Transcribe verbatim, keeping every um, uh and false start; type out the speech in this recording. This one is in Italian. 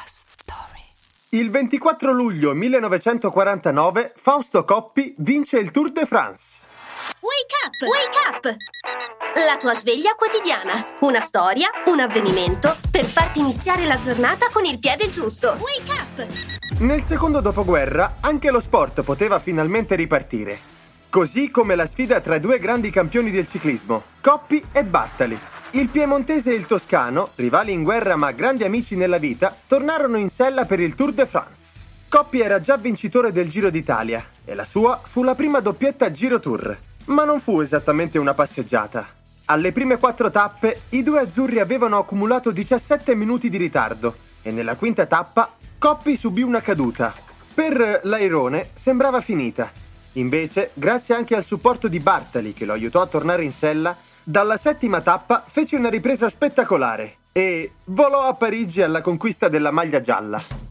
story. Il ventiquattro luglio millenovecentoquarantanove Fausto Coppi vince il Tour de France. Wake up! Wake up! La tua sveglia quotidiana. Una storia, un avvenimento per farti iniziare la giornata con il piede giusto. Wake up! Nel secondo dopoguerra anche lo sport poteva finalmente ripartire. Così come la sfida tra due grandi campioni del ciclismo, Coppi e Bartali. Il piemontese e il toscano, rivali in guerra ma grandi amici nella vita, tornarono in sella per il Tour de France. Coppi era già vincitore del Giro d'Italia e la sua fu la prima doppietta Giro Tour. Ma non fu esattamente una passeggiata. Alle prime quattro tappe i due azzurri avevano accumulato diciassette minuti di ritardo e nella quinta tappa Coppi subì una caduta. Per l'airone sembrava finita. Invece, grazie anche al supporto di Bartali che lo aiutò a tornare in sella, dalla settima tappa fece una ripresa spettacolare e volò a Parigi alla conquista della maglia gialla.